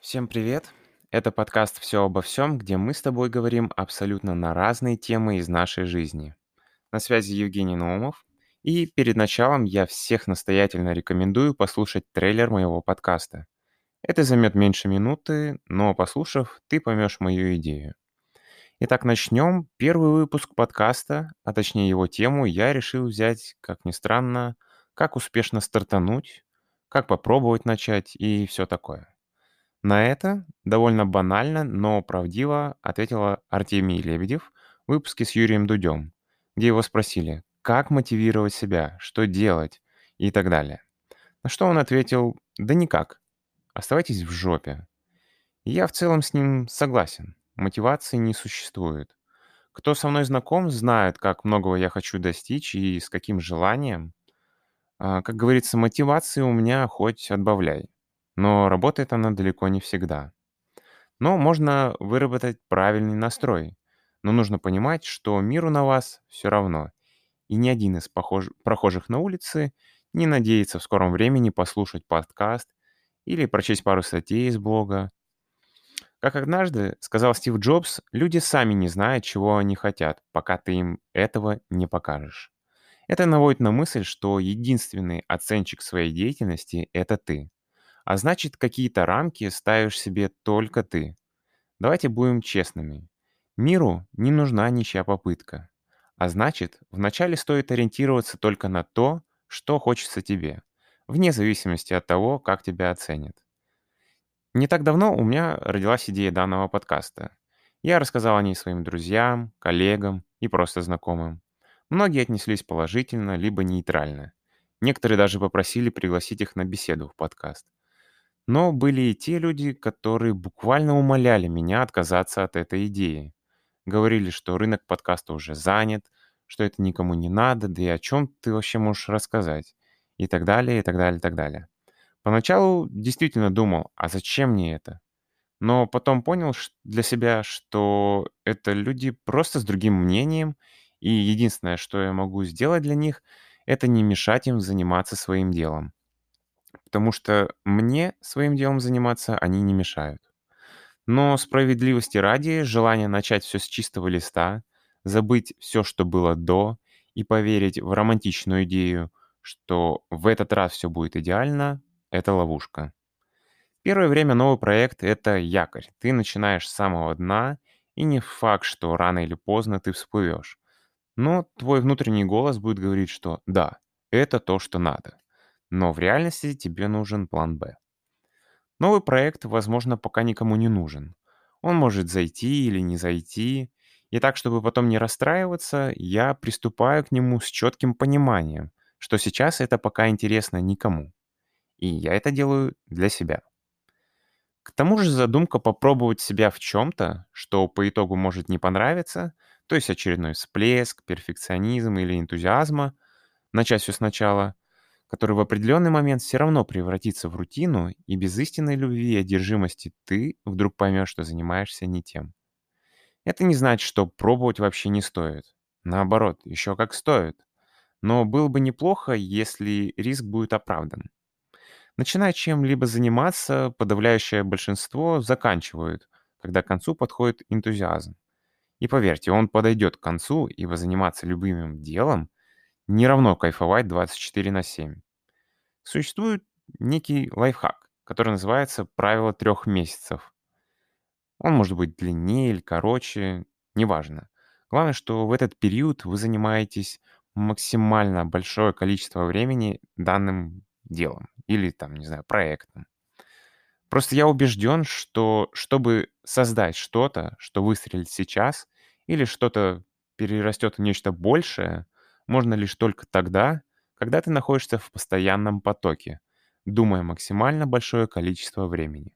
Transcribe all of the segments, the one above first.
Всем привет! Это подкаст «Все обо всем», где мы с тобой говорим абсолютно на разные темы из нашей жизни. На связи Евгений Наумов. И перед началом я всех настоятельно рекомендую послушать трейлер моего подкаста. Это займет меньше минуты, но послушав, ты поймешь мою идею. Итак, начнем. Первый выпуск подкаста, а точнее его тему, я решил взять, как ни странно, как успешно стартануть, как попробовать начать и все такое. На это довольно банально, но правдиво ответила Артемий Лебедев в выпуске с Юрием Дудем, где его спросили, как мотивировать себя, что делать и так далее. На что он ответил, да никак, оставайтесь в жопе. И я в целом с ним согласен, мотивации не существует. Кто со мной знаком, знает, как многого я хочу достичь и с каким желанием. Как говорится, мотивации у меня хоть отбавляй. Но работает она далеко не всегда. Но можно выработать правильный настрой. Но нужно понимать, что миру на вас все равно. И ни один из прохожих на улице не надеется в скором времени послушать подкаст или прочесть пару статей из блога. Как однажды сказал Стив Джобс, люди сами не знают, чего они хотят, пока ты им этого не покажешь. Это наводит на мысль, что единственный оценщик своей деятельности — это ты. А значит, какие-то рамки ставишь себе только ты. Давайте будем честными. Миру не нужна ничья попытка. А значит, вначале стоит ориентироваться только на то, что хочется тебе, вне зависимости от того, как тебя оценят. Не так давно у меня родилась идея данного подкаста. Я рассказал о ней своим друзьям, коллегам и просто знакомым. Многие отнеслись положительно, либо нейтрально. Некоторые даже попросили пригласить их на беседу в подкаст. Но были и те люди, которые буквально умоляли меня отказаться от этой идеи. Говорили, что рынок подкаста уже занят, что это никому не надо, да и о чем ты вообще можешь рассказать, и так далее, и так далее, и так далее. Поначалу действительно думал, а зачем мне это? Но потом понял для себя, что это люди просто с другим мнением, и единственное, что я могу сделать для них, это не мешать им заниматься своим делом. Потому что мне своим делом заниматься они не мешают. Но справедливости ради, желание начать все с чистого листа, забыть все, что было до, и поверить в романтичную идею, что в этот раз все будет идеально, это ловушка. Первое время новый проект — это якорь. Ты начинаешь с самого дна, и не факт, что рано или поздно ты всплывешь. Но твой внутренний голос будет говорить, что да, это то, что надо. Но в реальности тебе нужен план «Б». Новый проект, возможно, пока никому не нужен. Он может зайти или не зайти. И так, чтобы потом не расстраиваться, я приступаю к нему с четким пониманием, что сейчас это пока интересно никому. И я это делаю для себя. К тому же задумка попробовать себя в чем-то, что по итогу может не понравиться, то есть очередной всплеск, перфекционизм или энтузиазма, начать все сначала, который в определенный момент все равно превратится в рутину, и без истинной любви и одержимости ты вдруг поймешь, что занимаешься не тем. Это не значит, что пробовать вообще не стоит. Наоборот, еще как стоит. Но было бы неплохо, если риск будет оправдан. Начиная чем-либо заниматься, подавляющее большинство заканчивают, когда к концу подходит энтузиазм. И поверьте, он подойдет к концу, ибо заниматься любимым делом не равно кайфовать 24/7. Существует некий лайфхак, который называется «правило 3 месяцев». Он может быть длиннее или короче, неважно. Главное, что в этот период вы занимаетесь максимально большое количество времени данным делом или там, не знаю, проектом. Просто я убежден, что чтобы создать что-то, что выстрелит сейчас, или что-то перерастет в нечто большее, можно лишь только тогда, когда ты находишься в постоянном потоке, думая максимально большое количество времени.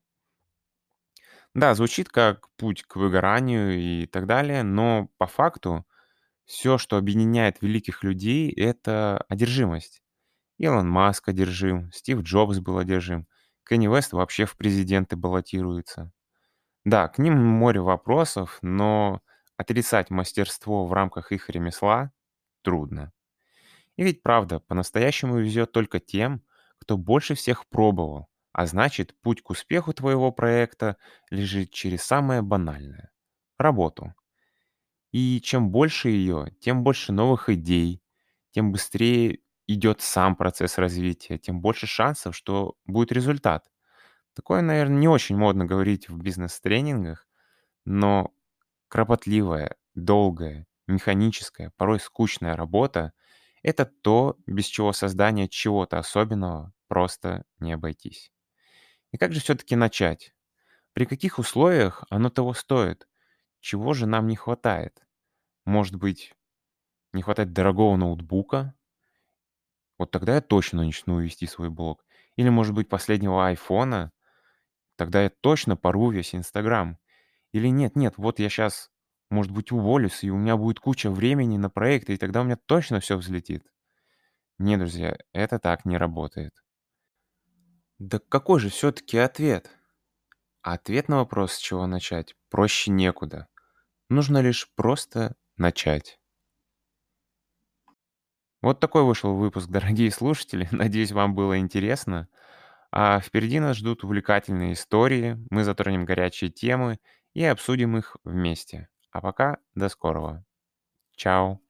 Да, звучит как путь к выгоранию и так далее, но по факту все, что объединяет великих людей, это одержимость. Илон Маск одержим, Стив Джобс был одержим, Кенни Уэст вообще в президенты баллотируется. Да, к ним море вопросов, но отрицать мастерство в рамках их ремесла трудно. И ведь правда, по-настоящему везет только тем, кто больше всех пробовал, А значит, путь к успеху твоего проекта лежит через самое банальное — работу. И чем больше ее, тем больше новых идей, тем быстрее идет сам процесс развития, тем больше шансов, что будет результат. Такое, наверное, не очень модно говорить в бизнес-тренингах, но кропотливая, долгая, механическая, порой скучная работа — это то, без чего создание чего-то особенного просто не обойтись. И как же все-таки начать? При каких условиях оно того стоит? Чего же нам не хватает? Может быть, не хватает дорогого ноутбука? Вот тогда я точно начну вести свой блог. Или, может быть, последнего айфона? Тогда я точно порву весь Инстаграм. Или нет, вот я сейчас, может быть, уволюсь, и у меня будет куча времени на проекты, и тогда у меня точно все взлетит. Нет, друзья, это так не работает. Да какой же все-таки ответ? Ответ на вопрос, с чего начать, проще некуда. Нужно лишь просто начать. Вот такой вышел выпуск, дорогие слушатели. Надеюсь, вам было интересно. А впереди нас ждут увлекательные истории, мы затронем горячие темы и обсудим их вместе. А пока до скорого. Чао.